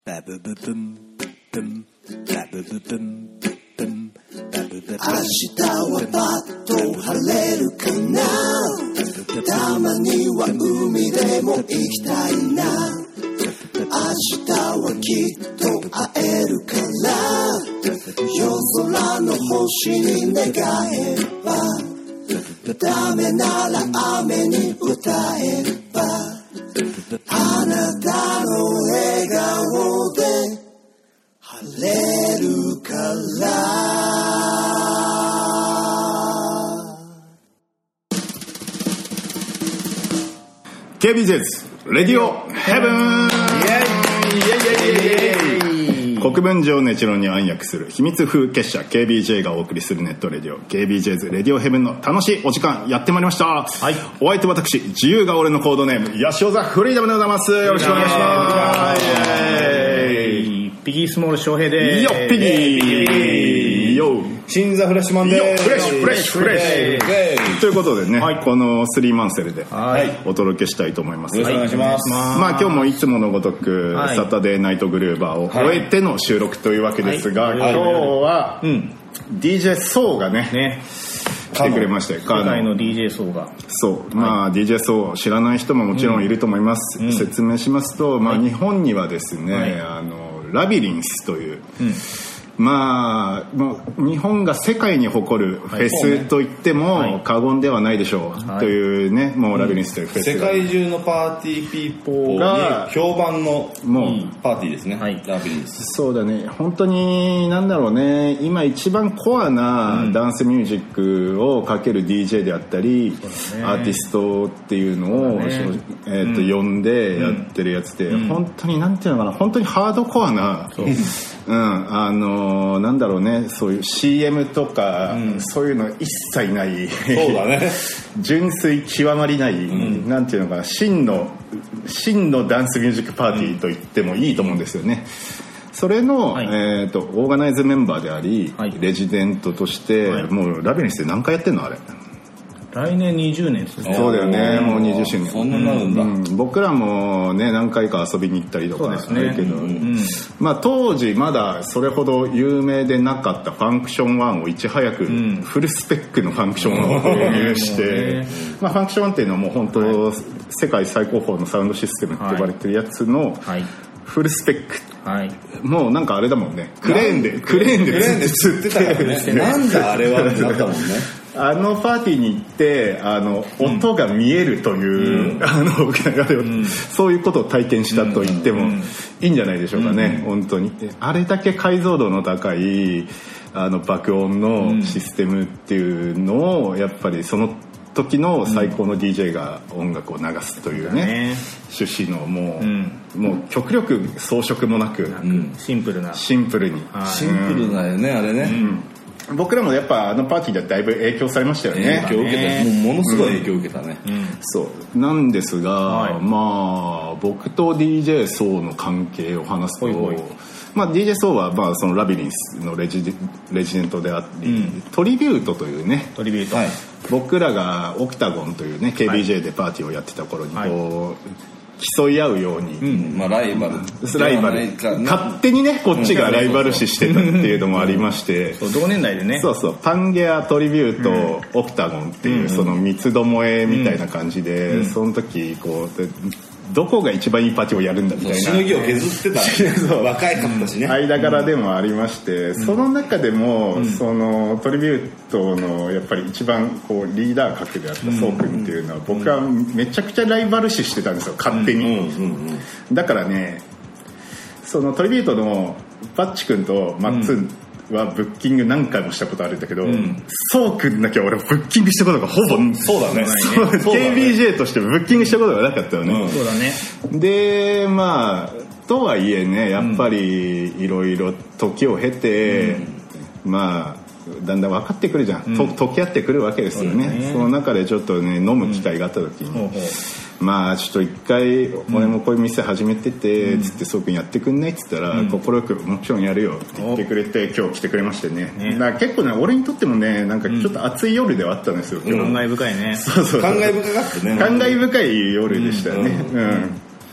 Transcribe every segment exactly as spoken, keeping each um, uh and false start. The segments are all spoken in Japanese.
明日はパッと晴れるかな。たまには海でも行きたいな。明日はきっと会えるから。夜空の星に願えば、ダメなら雨に歌えば、あなたの笑顔で晴れるから。 ケービージェイズ レディオヘブン、国分寺をネチロに暗躍する秘密風結社 ケービージェイ がお送りするネットレディオ ケービージェイズ レディオヘブンの楽しいお時間やってまいりました、はい、お相手私自由が俺のコードネームヤシオザフリーダムでございます。よろしくお願いします。 ピギースモール翔平でーす。よっピギーよ新座フレッシュマンでーす。 フレッシュフレッシュフレッシュということでね、はい、このスリーマンセルでお届けしたいと思います。 よろしくお願いします。 まあ今日もいつものごとく、はい、サタデーナイトグルーバーを終えての収録というわけですが、はい、今日は、うん、ディージェー ソーがね、ね来てくれまして、 世界の ディージェー ソーがそう、まあ、はい、ディージェー ソー知らない人ももちろんいると思います、うん、説明しますと、まあ、日本にはですね、はい、あのラビリンスという、うん、まあもう日本が世界に誇るフェスといっても過言ではないでしょう、はい、というね、もうラビリンスというフェスが、 うん、世界中のパーティーピーポーが評判のもうパーティーですね、はい、ラビリンス。 そうだね、本当になんだろうね、今一番コアなダンスミュージックをかける ディージェー であったり、うん、アーティストっていうのを、ねえー、と呼んでやってるやつで、うん、本当になんていうのかな、本当にハードコアな、そううん、あのなんだろうね、そういう シーエム とか、うん、そういうの一切ないそうだね純粋極まりない、うん、なんていうのかな、真の真のダンスミュージックパーティーと言ってもいいと思うんですよね。それの、はい、えー、とオーガナイズメンバーであり、はい、レジデントとして、はい、もうラビリンスで何回やってんのあれ。 来年にじゅうねんですね。 そうだよね、もうにじゅっしゅうねん。 そんなになるんだ、うん、 僕らもね何回か遊びに行ったりとかあるけど、ね、うん、まあ当時まだそれほど有名でなかったファンクションワンをいち早くフルスペックのファンクションワンを導入して、うん、まあファンクションワンっていうのはもう本当、はい、世界最高峰のサウンドシステムって呼ばれてるやつの、はい、フルスペック、はい、もうなんかあれだもんね、クレーンでクレーンで釣ってたからねなんだあれはってなったもんねあのパーティーに行ってあの音が見えるという、うん、あの、うん、そういうことを体験したと言ってもいいんじゃないでしょうかね、うん、本当にあれだけ解像度の高いあの爆音のシステムっていうのをやっぱりその時の最高の ディージェー が音楽を流すというね、うん、趣旨のもう、うん、もう極力装飾もなく、うん、 シンプルなシンプルにシンプルだよね、あれね、 うん、僕らもやっぱあのパーティーではだいぶ影響されましたよね。 影響を受けた、もうものすごい影響を受けたね、うんうん、 そうなんですが、はい、まあ僕と ディージェー ソーの関係を話すと、ほいほい、まあ、ディージェー ソーはまあそのラビリンスのレジ、レジデントであり、うん、トリビュートというね、 トリビュート、 はい、僕らがオクタゴンというね ケービージェー でパーティーをやってた頃にこう、はい、競い合うように、 うん、まあ、ライバルライバル勝手にねこっちがライバル視してたっていうのもありまして、 そう同年代でね、 そうそう、パンゲア、トリビュート、うん、オクタゴンっていうその三つどもえみたいな感じで、うん、その時こうどこが一番いいパーティーをやるんだみたいな、 しのぎを削ってたそう若いかったしね、 間柄でもありまして、うん、その中でも、うん、そのトリビュートのやっぱり一番こうリーダー格であったソー君っていうのは、僕はめちゃくちゃライバル視してたんですよ、勝手に、うんうんうんうん、だからね、そのトリビュートのパッチ君とマッツンはブッキング何回もしたことあるんだけど、うん、ソー君だけは俺ブッキングしたことがほぼそうだねそうだね ケービージェー としてブッキングしたことがなかったよね、 うん、そうだね。 でまあとはいえね、やっぱりいろいろ時を経て、うん、まあだんだん分かってくるじゃん、うん、と溶け合ってくるわけですよね。 そ, ねその中でちょっとね飲む機会があった時に、うん、まあちょっと一回俺もこういう店始めててつってそうくんやってくんないっつったら、うん、快くもちろんやるよって言ってくれて今日来てくれましてね、ね、だから結構ね俺にとってもねなんかちょっと暑い夜ではあったんですよ、 今日、感慨深いね。 そうそうそう、 感慨深かったね、 感慨深い夜でしたよね、うん、うん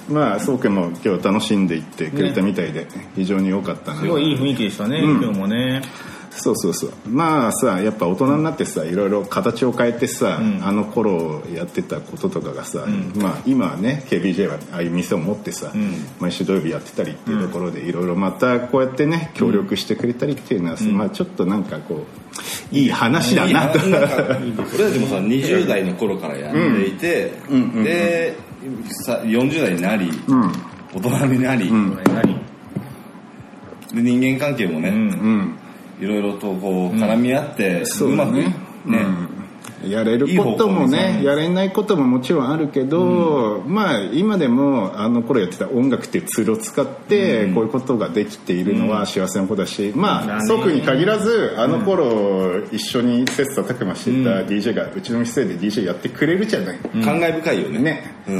まあそうくんも今日楽しんでいってくれたみたいで、ね、非常に良かったね。 すごいいい雰囲気でしたね、うん、今日もね。 そうそうそう。まあさ、やっぱ大人になってさ、いろいろ形を変えてさ、うん、あの頃やってたこととかがさ、うん、まあ今はね ケービージェー はああいう店を持ってさ、うん、毎週土曜日やってたりっていうところでいろいろまたこうやってね協力してくれたりっていうのはさ、うん、まあちょっとなんかこういい話だなと。 俺たちもさにじゅう代の頃からやっていて、うん、でさよんじゅう代になり、うん、大人になり、うん、で人間関係もね、うんうんいろいろとこう絡み合って、うん、うまくね、うん、 やれることもねやれないことももちろんあるけど、うん、まあ今でもあの頃やってた音楽っていうツールを使ってこういうことができているのは幸せなことだし、うん、まあそうくんに限らずあの頃一緒に切磋琢磨していた ディージェー がうちの店で ディージェー やってくれるじゃない、 うん、感慨深いよねね、うん、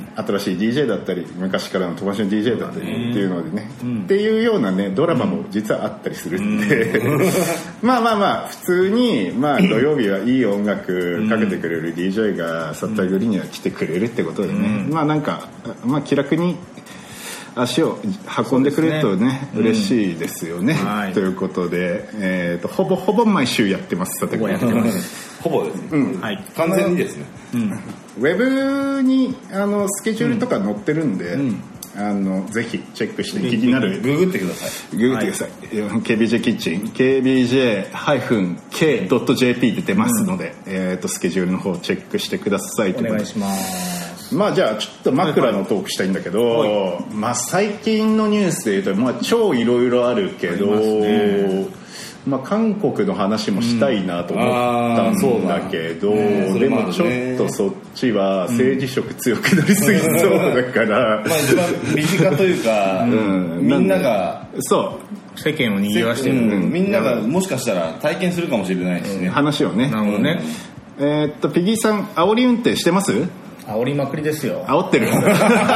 新しい ディージェー だったり昔からの友達の ディージェー だったりっていうのでね、うん、っていうようなねドラマも実はあったりするんで、うん、まあまあまあ普通にまあ土曜日はいい音楽かけてくれる ディージェー がサッターグリには来てくれるってことでね、うん、まあなんかまあ気楽に足を運んでくれるとね嬉しいですよね、うん、ということで、えー、とほぼほぼ毎週やってますほぼやってますほぼですね、うんはい、完全にですね、うん、 ウェブにあのスケジュールとか載ってるんで、うんうんあのぜひチェックして気になるググってくださいググってください、はい、ケービージェー キッチン ケービージェー ケー ドット ジェーピー で出ますので、うんえー、とスケジュールの方チェックしてください。 お願いします。 まあじゃあちょっと枕のトークしたいんだけど、はいはい、まあ最近のニュースでいうと、まあ、超いろいろあるけどまあ、韓国の話もしたいなと思ったんだけど、うんね、でもちょっとそっちは政治色強くなりすぎそうだから、 うん、まあ一番身近というか、うん、みんながそう世間を賑わしてる、 うん、みんながもしかしたら体験するかもしれないしね、 うん、話をねなるほどね、 うん、えー、っとピギーさん煽り運転してます？ 煽りまくりですよ。 煽ってる煽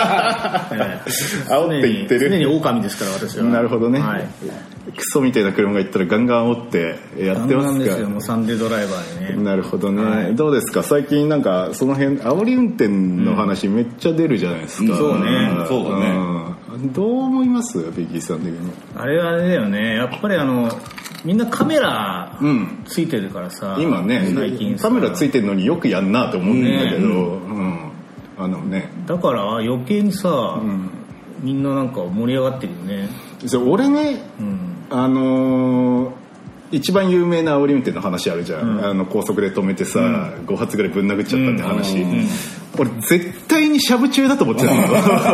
っていってる常に狼ですから私は。 なるほどね、はい、クソみたいな車が行ったらガンガン煽ってやってますか。ガンガンですよ、もうサンデードライバーにね。 なるほどね、はい、どうですか最近なんかその辺煽り運転の話めっちゃ出るじゃないですか、 うん、そうねそうだね、 うん、どう思いますピギーさん的に。 あれはあれだよねやっぱりあのみんなカメラついてるからさ、 うん、今ね最近カメラついてるのによくやんなと思うんだけど、ねうん、あのねだから余計にさ、うん、みんななんか盛り上がってるよね。 俺ね、うん、あのー、一番有名な煽り運転の話あるじゃん、うん、あの高速で止めてさ、うん、ご発ぐらいぶん殴っちゃったって話、うんうん、俺絶対にしゃぶ中だと思ってたの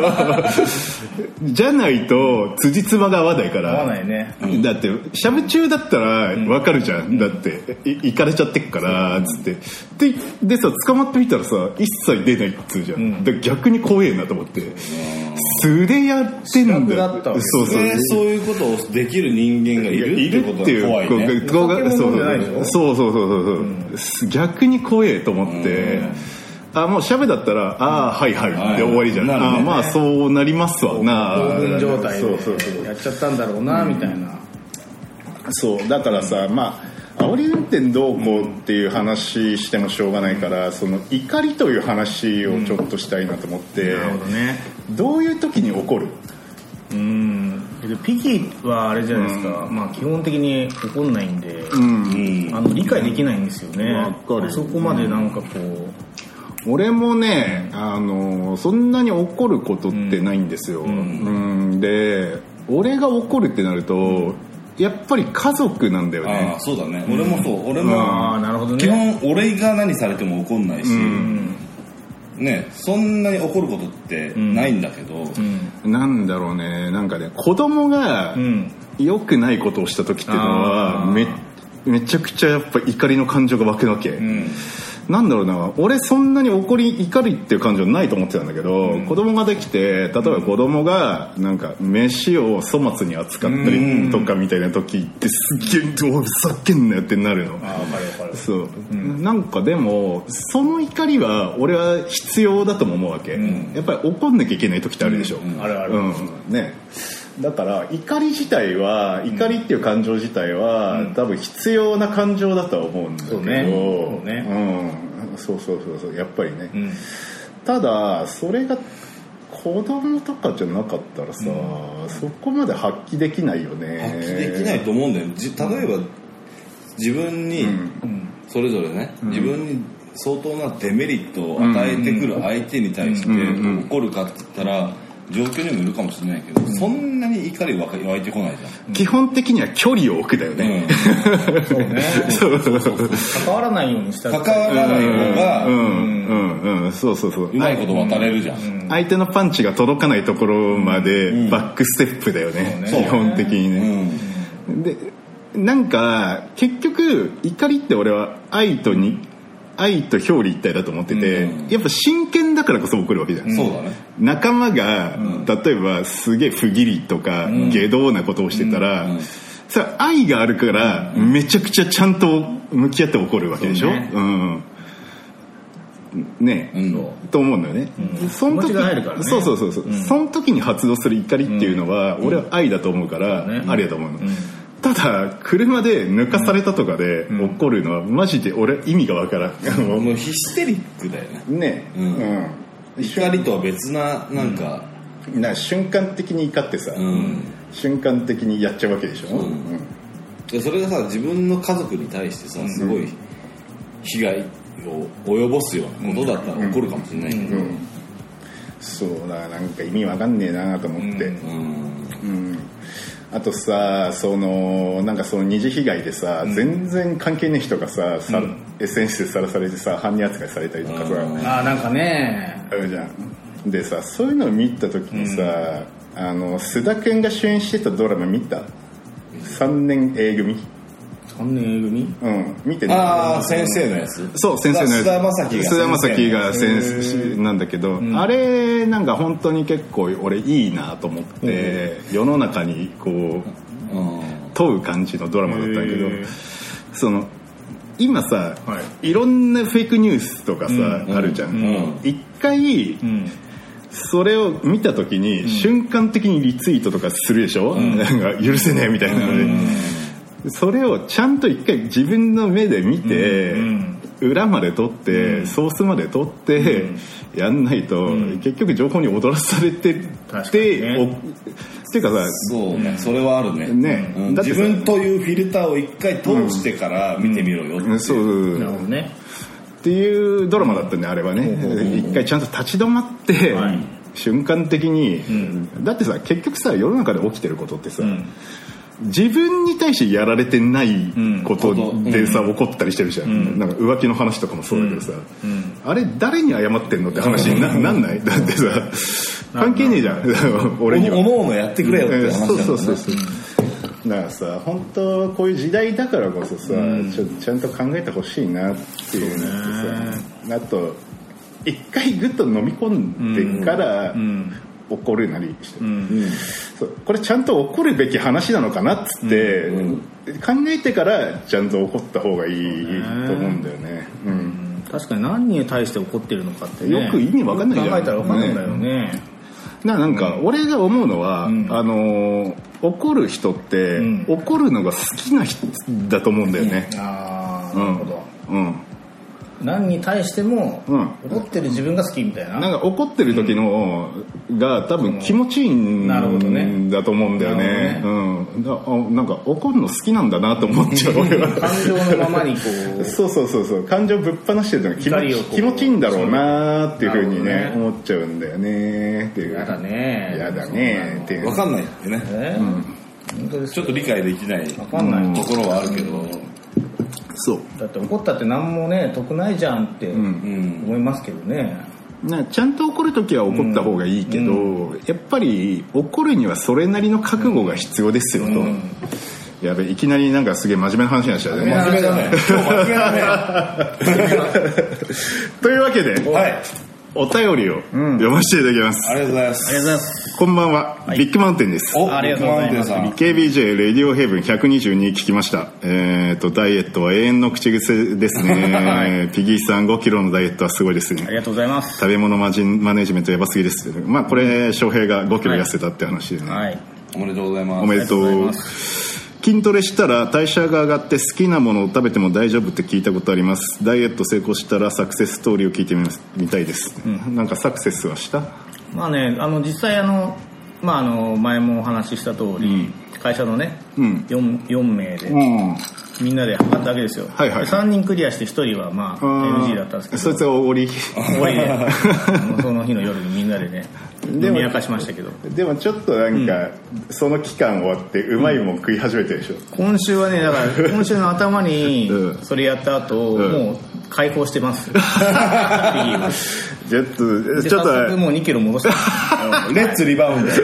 じゃないと辻褄が合わないから合わないね、 うん、だってしゃぶ中だったら分かるじゃん、うん、だっていかれちゃってっからつってで, でさ捕まってみたらさ一切出ないっつうじゃん、うん、だ逆に怖えなと思って素でやってんだだったわけそうそう、 ね、そういうことをできる人間がいるいるっていう怖いね。そうそうそうそうそう、うん、逆に怖えと思って、うん、あもうしゃべだったら、うん、ああはいはいって終わりじゃん、はい、あまあそうなりますわな興奮状態でやっちゃったんだろうな、うん、みたいな。 そうだからさ、まあ煽り運転どうこうっていう話してもしょうがないから、うん、その怒りという話をちょっとしたいなと思って、 うん、なるほどね。 どういう時に起こる？ うんピギーはあれじゃないですか、うんまあ、基本的に怒んないんで、うん、あの理解できないんですよね、うん、あそこまでなんかこう、 うん、俺もねあのそんなに怒ることってないんですよ、うんうん、で俺が怒るってなるとやっぱり家族なんだよね。 あそうだね、うん、俺もそう俺もあなるほど、ね、 基本俺が何されても怒んないし、うんね、そんなに怒ることってないんだけど、うんうん、なんだろうねなんかね子供が良くないことをした時っていうのは め, めちゃくちゃやっぱ怒りの感情が湧くわけ、うん、なんだろうな俺そんなに怒り怒りっていう感情ないと思ってたんだけど、うん、子供ができて例えば子供がなんか飯を粗末に扱ったりとかみたいな時ってすっげえふざけんなよってなるの。 あ分かる分かる。 そう、うん、なんかでもその怒りは俺は必要だとも思うわけ、うん、やっぱり怒んなきゃいけない時ってあるでしょ、 うんうん、あるある、 うんね、だから怒り自体は怒りっていう感情自体は、うん、多分必要な感情だとは思うんだけど、そうね、そうね、うん、そうそうそうそうやっぱりね、うん、ただそれが子子供とかじゃなかったらさ、うん、そこまで発揮できないよね。 発揮できないと思うんだよ。じ例えば自分にそれぞれね、うん、自分に相当なデメリットを与えてくる相手に対して怒るかって言ったら状況にもよるかもしれないけど、うん、そんなに怒り湧いてこないじゃん。 基本的には距離を置くだよね、 うん、そうねそうそうそう関わらないようにした関わらない方がうんうんうんそうそうそううまいこと渡れるじゃん、 うん、相手のパンチが届かないところまでバックステップだよね、うん、基本的にね、うん、でなんか結局怒りって俺は愛とに愛と表裏一体だと思ってて、うん、やっぱ真剣だからこそ起こるわけじゃん、 うん、そうだね。 仲間が、うん、例えばすげえ不義理とか、うん、下道なことをしてたら、うんうん、さ愛があるから、うん、めちゃくちゃちゃんと向き合って起こるわけでしょ、ねうんね、うん、と思うんだよね、 うん、その時気持ちが入るからね。 そうそうそうそう、うん、その時に発動する怒りっていうのは、うん、俺は愛だと思うから、うん、ありだと思うの、うんただ車で抜かされたとかで起こるのはマジで俺意味がわからん。 もうヒステリックだよね。 ね、うんうん、怒りとは別ななんか、 うん、なんか瞬間的に怒ってさ、うん、瞬間的にやっちゃうわけでしょ。うんうん、 でそれがさ自分の家族に対してさすごい被害を及ぼすようなことだったら起こるかもしれないけど、うんうんうん、 そうだなんか意味わかんねえなと思って。うんうんあとさそのなんかその二次被害でさ、うん、全然関係ねえ人がさ、さうん、エスエヌエス でさらされてさ犯人扱いされたりとかさあなんかねあるじゃん。でさそういうのを見た時にさ、うん、あの須田君が主演してたドラマ見たさんねん A 組さんねん A 組うん見てね。 ああ先生のやつそう先生のやつ須田将暉が須田将暉が先生なんだけど、うん、あれなんか本当に結構俺いいなと思って、うん、世の中にこう、うん、問う感じのドラマだったんだけどその今さ、はい、いろんなフェイクニュースとかさ、うん、あるじゃん、うん、一回、うんそれを見た時に、うん、瞬間的にリツイートとかするでしょ、うん、なんか許せねえみたいなので、うん、それをちゃんと一回自分の目で見て、うんうん、裏まで取って、うん、ソースまで取って、うん、やんないと、うん、結局情報に踊らされてって、ね、っていうかさそうね、うん、それはあるね、 ね、 うん、だって自分というフィルターを一回通してから見てみろよって、うんうん、 そうなるほどねっていうドラマだったんであればね一回ちゃんと立ち止まって、はい、瞬間的に、うん、だってさ結局さ世の中で起きてることってさ、うん、自分に対してやられてないことでさ、うん、起こったりしてるじゃん、うん、なんか浮気の話とかもそうだけどさ、うん、あれ誰に謝ってんのって話に な, なんないだってさ関係ねえじゃん俺にはおのおのやってくれよって話だもんね、 そうそうそうそうだからさ本当こういう時代だからこそさ、うん、ちょちゃんと考えてほしいなっていうのってさ、あと一回グッと飲み込んでから、うん、怒るなりして、うん、そうこれちゃんと怒るべき話なのかなっつって、うん、考えてからちゃんと怒った方がいいと思うんだよね、うん、 確かに何に対して怒ってるのかって、ね、 よく意味わかんないじゃん。 考えたらわかんないんだよね、 な, なんか俺が思うのは、うん、あの怒る人って、うん、怒るのが好きな人だと思うんだよね、うん、 ああなるほど、うん、何に対しても、うん、怒ってる自分が好きみたいななんか怒ってる時の、うん、が多分気持ちいいんだと思うんだよね、うん、だなんか怒るの好きなんだなと思っちゃう俺は感情のままにこうそうそうそうそう感情ぶっ放してるのが気持ち気持ちいいんだろうなっていうふうにね、ね思っちゃうんだよねっていうやだねやだねっていう分かんないってね、えーうん、本当ですちょっと理解できないところはあるけど、うんそうだって怒ったって何もね得ないじゃんって思いますけどね、 うん、なちゃんと怒るときは怒った方がいいけど、うん、やっぱり怒るにはそれなりの覚悟が必要ですよと、うん、やべいきなりなんかすげえ真面目な話になっちゃうね真面目だね今日真面目だねというわけで、 はいお便りを読ませていただきます、 うん、ありがとうございますありがとうございますこんばんは、はい、ビッグマウンテンです。 おありがとうございますケービージェイ レディオヘイブンひゃくにじゅうに聞きました。えーとダイエットは永遠の口癖ですね、はい、ピギーさんごキロのダイエットはすごいですね。 ありがとうございます。 食べ物マジマネジメントやばすぎです。まあこれ翔平がごキロ痩せたって話でね、 はい、 おめでとうございます。 おめでとう。筋トレしたら代謝が上がって好きなものを食べても大丈夫って聞いたことあります。ダイエット成功したらサクセスストーリーを聞いてみますみたいです、うん、なんかサクセスはした？ まあね、あの実際あの、まあ、あの前もお話しした通り、うん、会社のね、うん、4, よん名で、うん、みんなで測ったわけですよ、はいはいはい、さんにんクリアしてひとりはまあ エヌジー だったんですけど、 そいつはおりおりでその日の夜にみんなでね飲み明かしましたけど、 でもちょっとなんか、うん、その期間終わってうまいもん食い始めてるでしょ、 うん、今週はね、だから今週の頭にそれやった後、うん、もう解放してますちょっとちょっともうにキロ戻したレッツリバウンド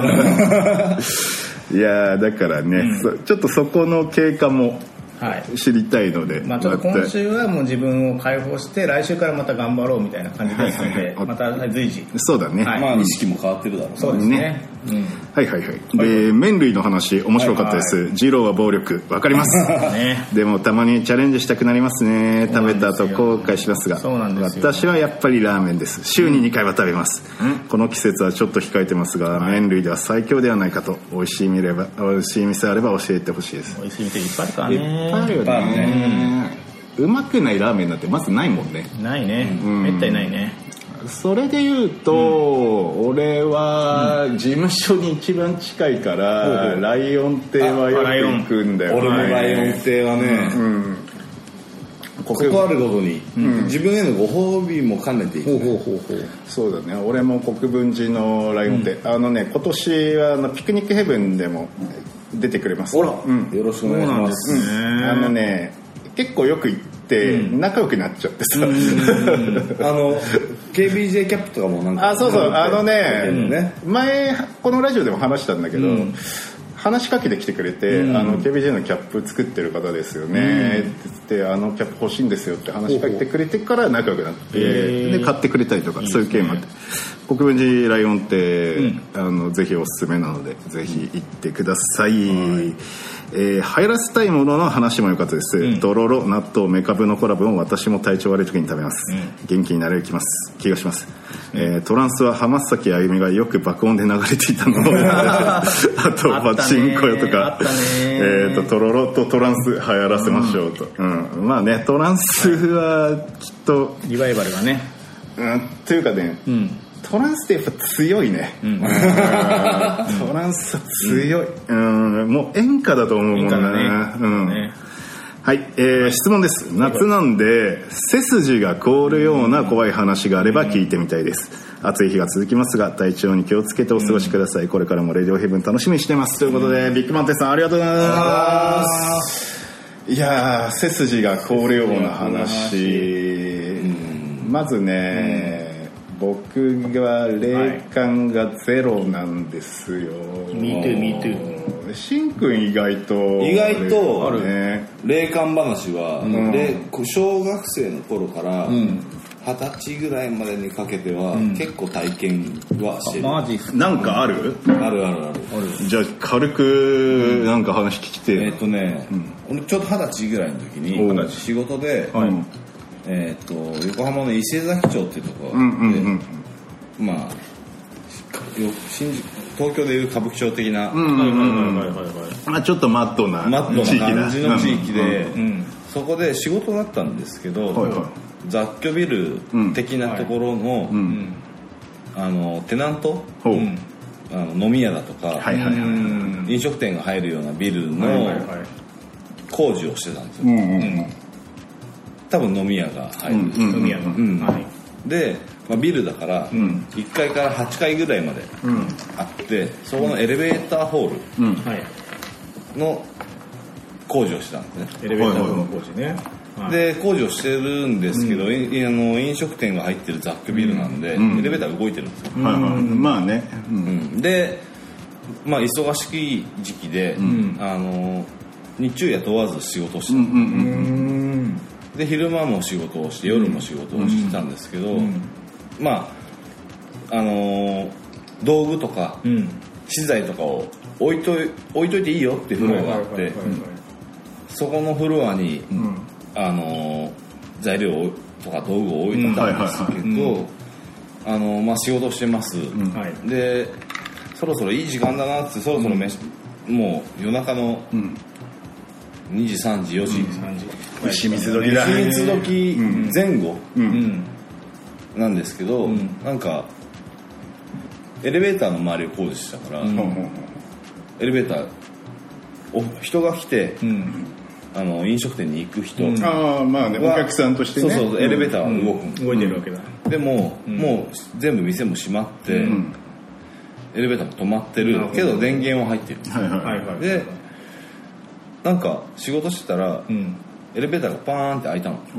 いやだからね、うん、ちょっとそこの経過も知りたいので、 はい、まあ、ちょっと今週はもう自分を解放して来週からまた頑張ろうみたいな感じですので、また随時そうだね、 はい、まあ意識も変わってるだろう、 そうですね、うん、 はいはいはい、で麺類の話面白かったです、はいはい、二郎は暴力わかります、ね、でもたまにチャレンジしたくなりますね。食べた後後悔しますが、 そうなんですよ、 私はやっぱりラーメンです。週ににかいは食べます、うん、この季節はちょっと控えてますが、はい、麺類では最強ではないかと。美味しい店あれば美味しい店あれば教えてほしいです。 美味しい店いっぱいあるからね。 いっぱいあるよね、うん、うまくないラーメンなんてまずないもんね。 ないね、うん、めったにないね。 それで言うと、うん、俺は事務所に一番近いから、うん、ライオン亭はよく行くんだよね。 俺もライオン亭はね、うん、ここあるごとに、うん、自分へのご褒美も兼ねていく、ね、ほうほうほうほう。 そうだね、俺も国分寺のライオン亭、うん、あのね、今年はあのピクニックヘブンでも出てくれます。 ほら、うん、よろしくお願いします。 うん、あのね、結構よく行って仲良くなっちゃってさ、うん、 あの ケービージェー キャップとかもなんか、 あ、そうそう、あのね、ね、前このラジオでも話したんだけど、うん、話しかけてきてくれて、うん、あの ケービージェー のキャップ作ってる方ですよね、うん、って言って、あのキャップ欲しいんですよって話しかけてくれてから仲良くなって、で買ってくれたりとか、そういう系もあって、国分寺ライオンって、うん、あのぜひおすすめなのでぜひ行ってください、はい。えー、入らせたいものの話も良かったです、うん、とろろ納豆メカブのコラボを私も体調悪い時に食べます、うん、元気になれる気ます気がします、うん、えー、トランスは浜崎あゆみがよく爆音で流れていたのあとパチンコよとか、えー、ととろろとトランス流行らせましょうと、うんうん、まあね、トランスはきっとリバイバルがね、 うん、というかね、うん、トランスってやっぱ強いね、うん、トランスは強い、うん、もう演歌だと思うもんね、うんね、はい、えー、質問です。夏なんで背筋が凍るような怖い話があれば聞いてみたいです。暑い日が続きますが体調に気をつけてお過ごしください。これからもレディオヘブン楽しみにしてますということで、ビッグマンテさんありがとうございます。いやー、背筋が凍るような話、まずね、僕は霊感がゼロなんですよ。 見て見て。 しんくん意外と意外とあるね。霊感話は、うん、で小学生の頃から二十歳ぐらいまでにかけては、うん、結構体験はしてる。 マジなんかある？ あるあるある。ある。 じゃあ軽くなんか話聞きて。 えっとね、うん、俺ちょうど二十歳ぐらいの時に仕事で。はい、えー、と横浜の伊勢崎町っていうところで、うんうんうん、まあ新宿東京でいう歌舞伎町的なちょっとマットなマットな感じの地域で、うんうん、そこで仕事だったんですけど、はいはい、雑居ビル的なところの、うん、あのテナント、うん、あの飲み屋だとか、はいはいはい、飲食店が入るようなビルの工事をしてたんですよ、うんうんうん、多分飲み屋が入るんです、うんうん、飲み屋が、うんはい、で、まあ、ビルだから、うん、いっかいからはちかいぐらいまであって、うん、そこのエレベーターホールの工事をしてたんですね、 エレベーターホールの工事ね、 はい、で工事をしてるんですけど、うん、あの飲食店が入ってる雑居ビルなんで、うん、エレベーター動いてるんですよ、うんはいはい、 まあね、 うんうん、で、まあ、忙しい時期で、うん、あの日中や問わず仕事をしてた、うんうんうん、で昼間も仕事をして夜も仕事をしてたんですけど、うん、まああのー、道具とか、うん、資材とかを置いとい、置いといていいよっていうフロアがあって、そこのフロアに、うん、あのー、材料とか道具を置いてたんですけど、あのーまあ、仕事をしてます、うんはい、でそろそろいい時間だなってそろそろ飯、うん、もう夜中の、うんにじさんじよじ、うん、 牛蜜時だ牛蜜時前後なんですけど、うん、なんかエレベーターの周りを工事したから、うん、エレベーターお人が来て、うん、あの飲食店に行く人、うん、 あまあね、お客さんとしてね、 そうそうエレベーターは動く、うん、 動いてるわけだ。 でも、うん、もう全部店も閉まって、うん、エレベーターも止まってるけど電源は入ってる、はいはいはい、でなんか仕事してたら、うん、エレベーターがパーンって開いたの。お、うん、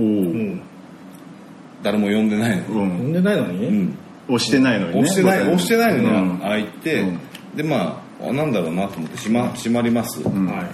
誰も呼んでないのに、 うん、呼んでないのに、うん、 押してないのにね、 押してない押してないのに開いて、うん、でまあなんだろうなと思って閉ま、閉まります、うん、はい、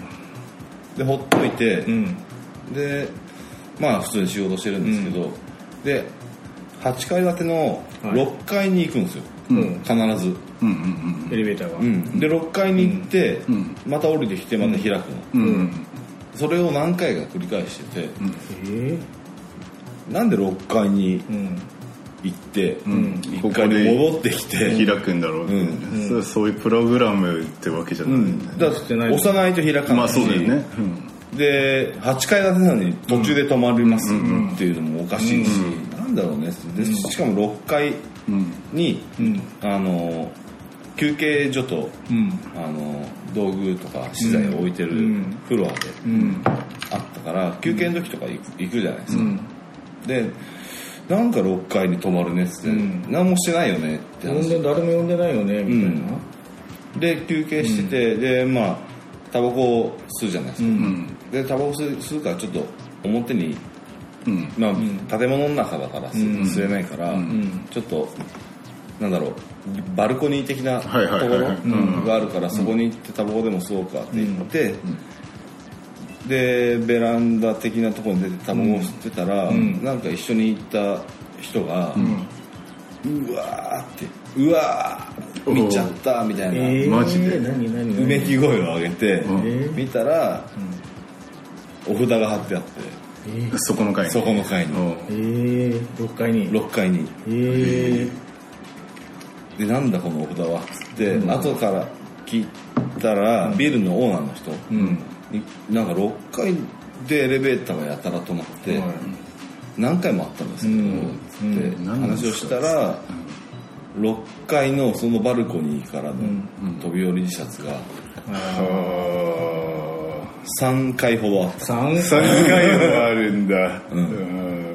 でほっといて、うん、でまあ普通に仕事してるんですけど、うん、ではちかい建てのろっかいに行くんですよ、はい、必ず、うんうんうん、エレベーターが、 うん、でろっかいに行って、うん、また降りてきてまた開くの、うんうん、それを何回か繰り返してて、うん、えー、なんでろっかいに行って、うん、いっかいに戻ってきて開くんだろう、うんうん、そういうプログラムってわけじゃない、うん、 だって押さないと開かないし、 まあそうだよね、うん、 ではちかい建てなのに途中で止まりますっていうのもおかしいし、うんうん、なんだろうね、でしかもろっかいに、うん、あの休憩所と、うん、あの道具とか資材を置いてるフロアであったから、休憩の時とか行く、行くじゃないですか、うん、でなんかろっかいに泊まるねって、うん、何もしてないよねって話、 誰も呼んでないよねみたいな、 うん、で休憩してて、うん、でまあタバコを吸うじゃないですか、うん、でタバコ吸うからちょっと表に、うん、まあ、建物の中だから吸えないから、うん、ちょっとなんだろうバルコニー的なところがあるから、そこに行ってタバコでも吸おうかって言って、うんうん、でベランダ的なところに出てタバコを吸ってたら、うん、なんか一緒に行った人が、うん、うわーってうわー見ちゃったみたいな、 えー、マジで何何うめき声を上げて、えー、見たら、うん、お札が貼ってあって、 えー、そこの階にそこの階に、 えー、ろっかいにろっかいに、 えー、 でなんだこのお札はっつって、うん、後から聞いたら、うん、ビルのオーナーの人、うん、なんかろっかいでエレベーターがやたら止まって、うん、何回もあったんですけど、うん、って話をしたら、うん、ろっかいのそのバルコニーからの飛び降り自殺が、うん、さんかいほどあった。 さんかいもあるんだ、うん、うん、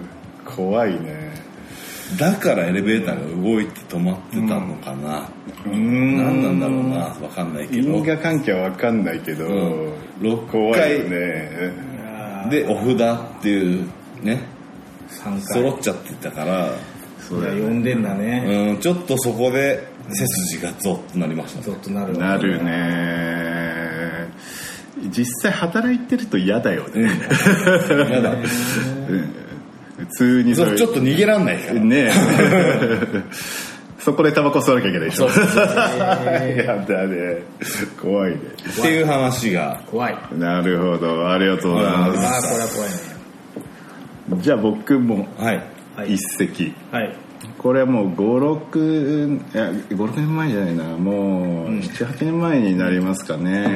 怖いね。 だからエレベーターが動いて止まってたのかな、うん、何なんだろうな、分かんないけど、 因果関係は分かんないけど、うん、 ろっかい怖いよね。 でお札っていうねさんかい揃っちゃってたから、 それ呼んでんだね、 うん、ちょっとそこで背筋がゾッとなりましたね。 ゾッとなる、ね、 なるね。実際働いてると嫌だよね、 うん、嫌だ、うん、 普通にそうちょっと逃げらんないからねそこでタバコ吸わなきゃいけないでしょ。そうそうそうやだね、怖いねっていう話が怖い。 なるほど、ありがとうございます。 ああ、これは怖いね。 じゃあ僕も一席、はいはい、これはもうごろくいやごろくねんまえじゃないな、もうななはちねんまえになりますかね、うん、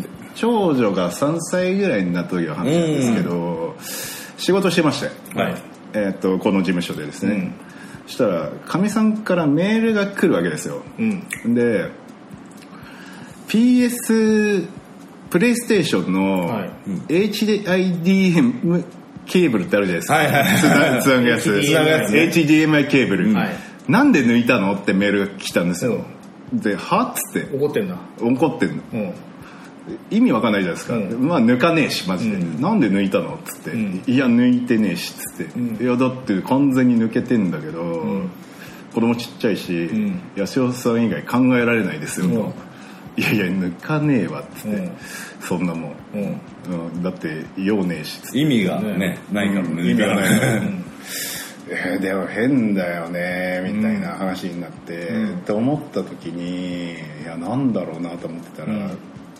長女がさんさいぐらいになった時の話なんですけど、うん、仕事してまして、はい、えー、っとこの事務所でですね、うん、そしたらかみさんからメールが来るわけですよ、うん、で ピーエス プレイステーションの エイチディーアイディーエム ケーブルってあるじゃないですか、はいはいはい、つなぐやつ エイチディーエムアイ ケーブル、うん、なんで抜いたのってメールが来たんですよ、うん、ではっつって怒ってんだ怒ってんの、うん、意味わかんないじゃないですか、うん、まあ抜かねえしマジで、うん、なんで抜いたのっつって、うん、いや抜いてねえしっつって、うん、いやだって完全に抜けてんだけど、うん、子供ちっちゃいし、うん、八代さん以外考えられないですよと、うん、いやいや抜かねえわっつって、うん、そんなもん、うんうん、だって用ねえしっつって意味がね、うん、ないからね、 うん、意味がないから、うんえー、でも変だよねみたいな話になって、うん、って思った時にいやなんだろうなと思ってたら、うん、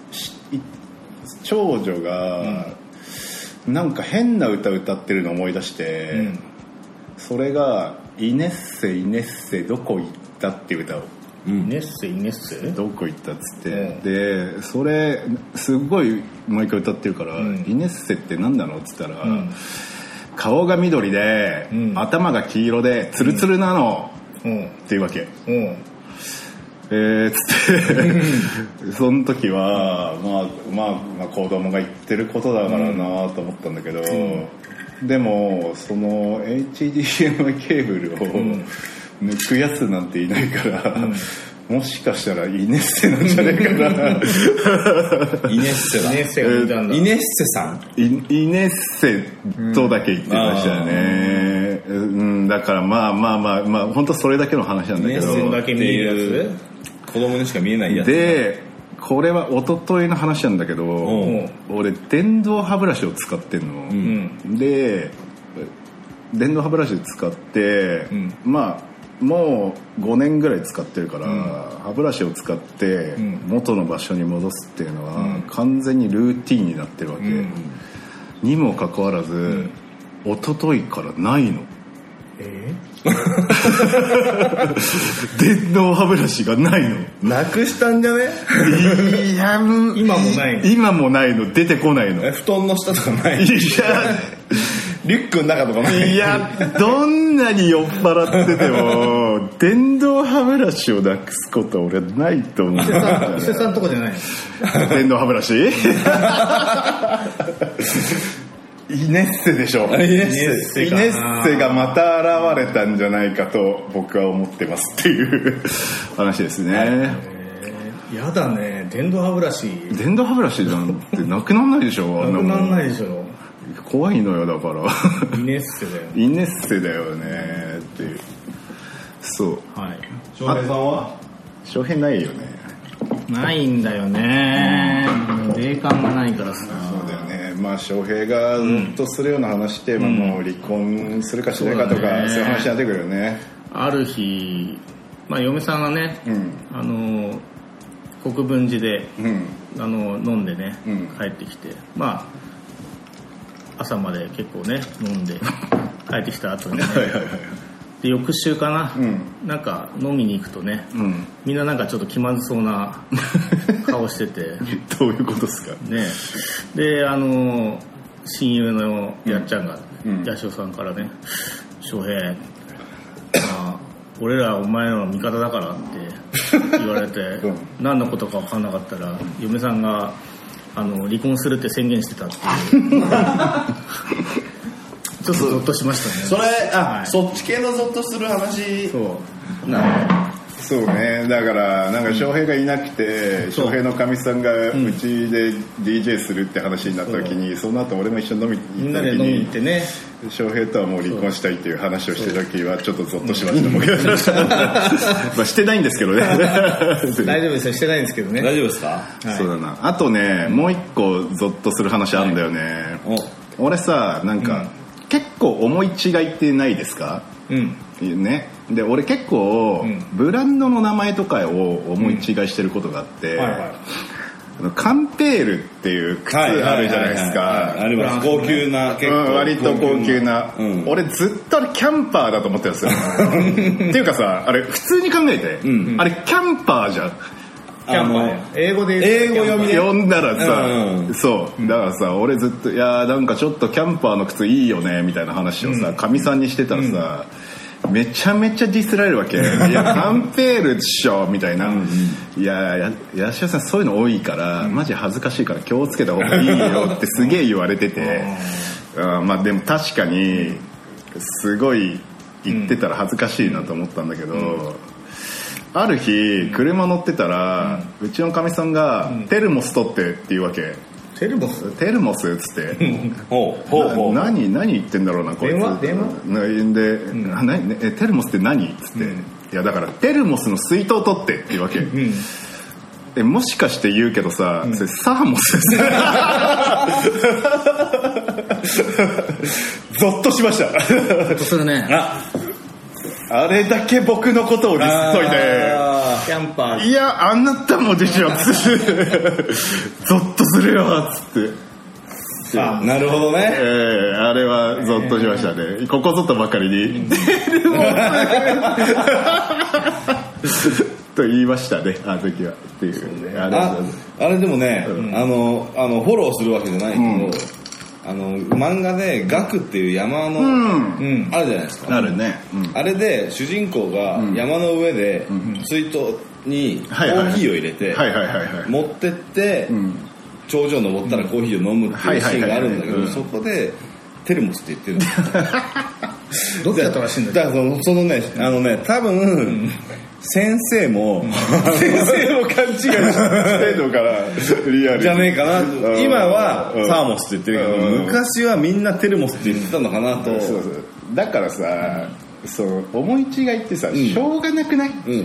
長女がなんか変な歌歌ってるのを思い出して、うん、それがイネッセイネッセどこ行ったっていう歌を、 うん、イネッセイネッセどこ行ったっつって、うん、でそれすごい毎回歌ってるから、うん、イネッセって何なのっつったら、うん、顔が緑で、うん、頭が黄色でツルツルなの、うん、っていうわけ、うん、 えー、つってその時は、まあまあ、まあ子供が言ってることだからなと思ったんだけど、うん、でもその エイチディーエムアイ ケーブルを抜くやつなんていないから、うんもしかしたらイネッセなんじゃないかなイネッセだイネッセがいたんだイネッセさんイ, イネッセとだけ言ってましたね、うん、うん、だからまあまあまあまあ本当それだけの話なんだけど、 イネッセだけ見えるやつ子供にしか見えないやつでこれは一昨日の話なんだけど、俺電動歯ブラシを使ってんの、うん、で電動歯ブラシ使って、うん、まあもうごねんぐらい使ってるから、うん、歯ブラシを使って元の場所に戻すっていうのは完全にルーティンになってるわけ、うん、にもかかわらず、うん、一昨日からないの、 えー、電動歯ブラシがないのなくしたんじゃねいや今もないの今もないの出てこないの布団の下とかないいやリュックの中とかないいやどんなに酔っ払ってても電動歯ブラシをなくすことは俺ないと思う。 伊勢さんとこじゃない電動歯ブラシイネッセでしょ。イネッセイネッセがまた現れたんじゃないかと僕は思ってますっていう話ですね。 やだね電動歯ブラシ電動歯ブラシなんてなくなんないでしょ。 なくなんないでしょ。 怖いのよだからイネッセだよイネッセだよねっていう。そう。 はい。 翔平さんは？ 翔平ないよね。 ないんだよね。霊感がないからさ。 そうだよね。まあ翔平がずっとするような話って、うん、もう離婚するかしないかとか、うん、そういう話になってくるよね。 ある日、まあ嫁さんがね、うん、あの国分寺で、うん、あの飲んでね、うん、帰ってきて、まあ朝まで結構ね飲んで帰ってきた後にね。はいはいはい。で翌週かな、うん、なんか飲みに行くとね、うん、みんななんかちょっと気まずそうな顔しててどういうことですかね。であの親友のやっちゃんが、うん、八代さんからね翔平、まあ、俺らお前の味方だからって言われて、うん、何のことか分かんなかったら嫁さんがあの離婚するって宣言してたっていうちょっとゾッとしましたね。 それあ、はい、そっち系のゾッとする話。 そうなそうね。だからなんか翔平がいなくて、うん、翔平のかみさんがうちで ディージェー するって話になった時に、その後俺も一緒に飲みに行った時に、みんなで飲みに行ってね、翔平とはもう離婚したいっていう話をしてる時はちょっとゾッとしましたもん、うん、まあしてないんですけどね大丈夫ですよ。してないんですけどね。 大丈夫ですか、 はい、そうだな。あとね、もう一個ゾッとする話あるんだよね、はい、俺さなんか、うん結構思い違いってないですか、うんね、で俺結構、うん、ブランドの名前とかを思い違いしてることがあって、うんはいはい、あのカンペールっていう靴あるじゃないですか。 あります。高級な結構、 うん、割と高級な、うん、俺ずっとあれキャンパーだと思ってるんですよっていうかさあれ普通に考えて、うん、あれキャンパーじゃん。 あの英語で英語読みで読んだらさ、うんうん、そうだからさ俺ずっといやなんかちょっとキャンパーの靴いいよねみたいな話をさかみ、うん、さんにしてたらさ、うん、めちゃめちゃディスられるわけいやカンペールでしょみたいな、うん、いやや八代さんそういうの多いから、うん、マジ恥ずかしいから気をつけた方がいいよってすげえ言われてて、うん、まあでも確かにすごい言ってたら恥ずかしいなと思ったんだけど、うんある日車乗ってたら、うん、うちのかみさんが、うん、テルモス取ってって言うわけ。 テルモステルモスっつってほうほうほう何何言ってんだろうなこいつ。 電話電話で、うん、なえテルモスって何っつって、うん、いやだからテルモスの水筒取ってって言うわけ、うん、えもしかして言うけどさ、うん、それサーモスですゾッとしましたゾッとするね。 ああれだけ僕のことをディスっといてキャンパーいやあなたもでしょゾッとするよっつってあなるほどね、 えー、あれはゾッとしましたね、えー、ここぞとばかりにと言いましたねあの時はっていうね。あれああれでもね、うん、あのあのフォローするわけじゃないけど、うんあの漫画でガクっていう山の、うん、あるじゃないですか。 あるね、 うん、あれで主人公が山の上で追悼にコーヒーを入れて持ってって、うん、頂上登ったらコーヒーを飲むっていうシーンがあるんだけど、そこでテルモスって言ってるんだどっちだったらしいんだよ。だからその、そのね、あのね、多分、うん、先生も、うん、先生も勘違いしてるのかな、リアルじゃねえかな。今はサーモスって言ってるけど、うん、昔はみんなテルモスって言ってたのかなと。うん、そうそう。 だからさ、そう思い違いってさ、うん、しょうがなくない？うん、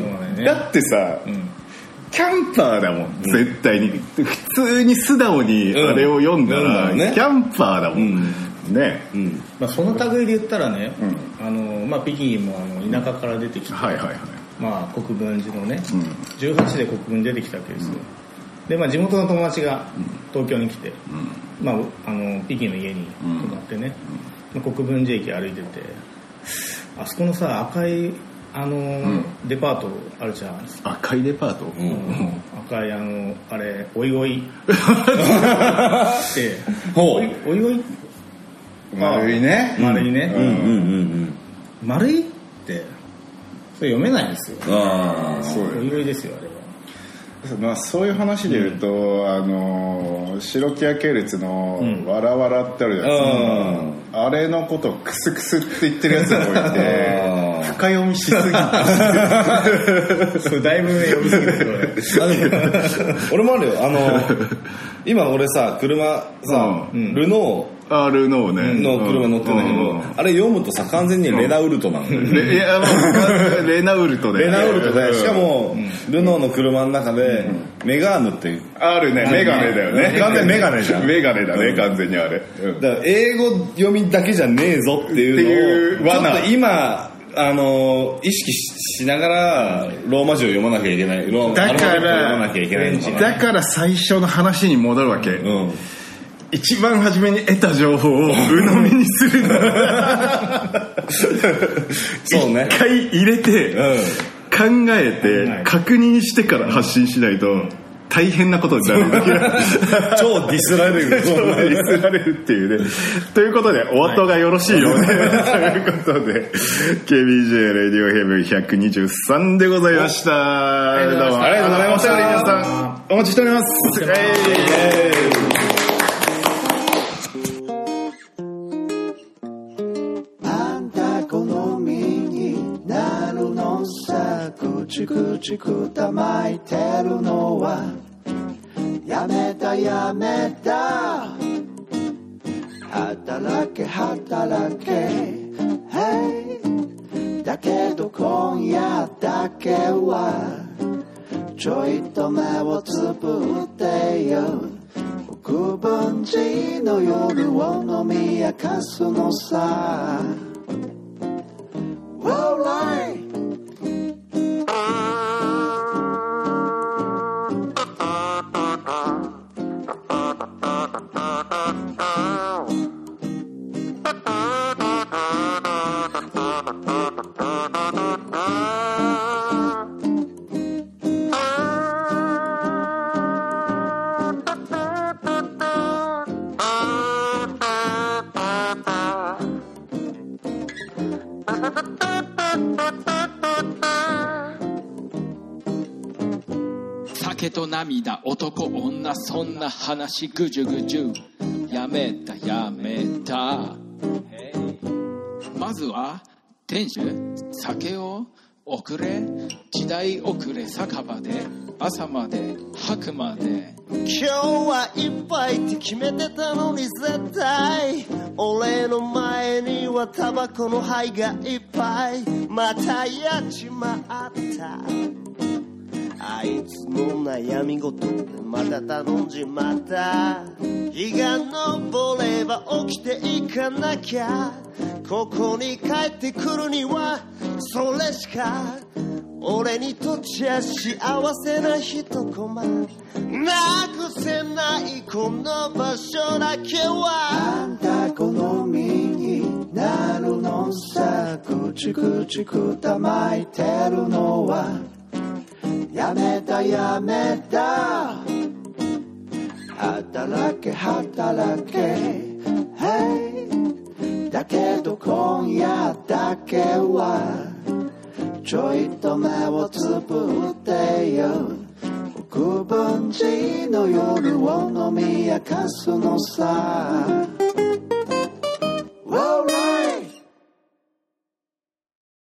だってさ、うん、キャンパーだもん、絶対に。普通に素直にあれを読んだら、うんね、キャンパーだもん。うんねうんまあ、その類で言ったらね、うんあのまあ、北京もあの田舎から出てきて、はいはいはいまあ、国分寺のね、うん、じゅうはちで国分出てきたわけですよ、うんでまあ、地元の友達が東京に来て、うんまあ、あの北京の家に泊まってね、うん、国分寺駅歩いててあそこのさ赤いあの、うん、デパートあるじゃん。 赤いデパート、うん、 赤いあのあれおいおいっておいおいおい丸いね丸いね、うんうんうんうん、丸いってそれ読めないんですよ。あそうよおいおいですよあれは。 まあ、そういう話で言うと、うん、あの白木屋系列のわらわらってあるじゃないですか、うん、あれのことをクスクスって言ってるやつがいて深読みしすぎてそれだいぶ読みすぎてる俺もあるよあの今俺さ車さ、うん、ルノーあルノーねの車乗ってんだけど、うん、あれ読むとさ完全にレナウルトなんだよ、ね、 レ, いやレナウルトでレナウルトでしかも、うん、ルノーの車の中で、うん、メガーヌっていうあるねメガネだよね完全にメガネじゃんメガネだね完全にあれ、 うん、だから英語読みだけじゃねえぞっていうのをちょっと今あの意識しながらローマ字を読まなきゃいけないローだからだから最初の話に戻るわけ、うん一番初めに得た情報を鵜呑みにするのそうね一回入れて、うん、考えて確認してから発信しないと大変なことになる超ディスられる超ディスられるっていうねということでお後がよろしいようで、はい、ということで ケービージェー レディオヘブンひゃくにじゅうさんでございました。 ありがとうございました。皆さんお待ちしております。 チクチクたまいてるのはやめたやめた働け働け、hey、だけど今夜だけはちょいと目をつぶってよ国分寺の夜を飲み明かすのさ Alright 酒と涙男女そんな話ぐじゅぐじゅやめたやめたまずは店主酒を遅れ時代遅れ酒場で朝まで吐くまで今日は一杯って決めてたのに絶対俺の前にはタバコの灰がいっぱいまたやっちまったあいつの悩み事でまた頼んじまった日が昇れば起きていかなきゃここに帰ってくるにはそれしか俺にとっちゃ幸せな一コマなくせないこの場所だけはあんた好みになるのさくちくちくたまいてるのはやめたやめた働け働け、hey、だけど今夜だけはちょいと目をつぶってよ国分寺の夜を飲み明かすのさ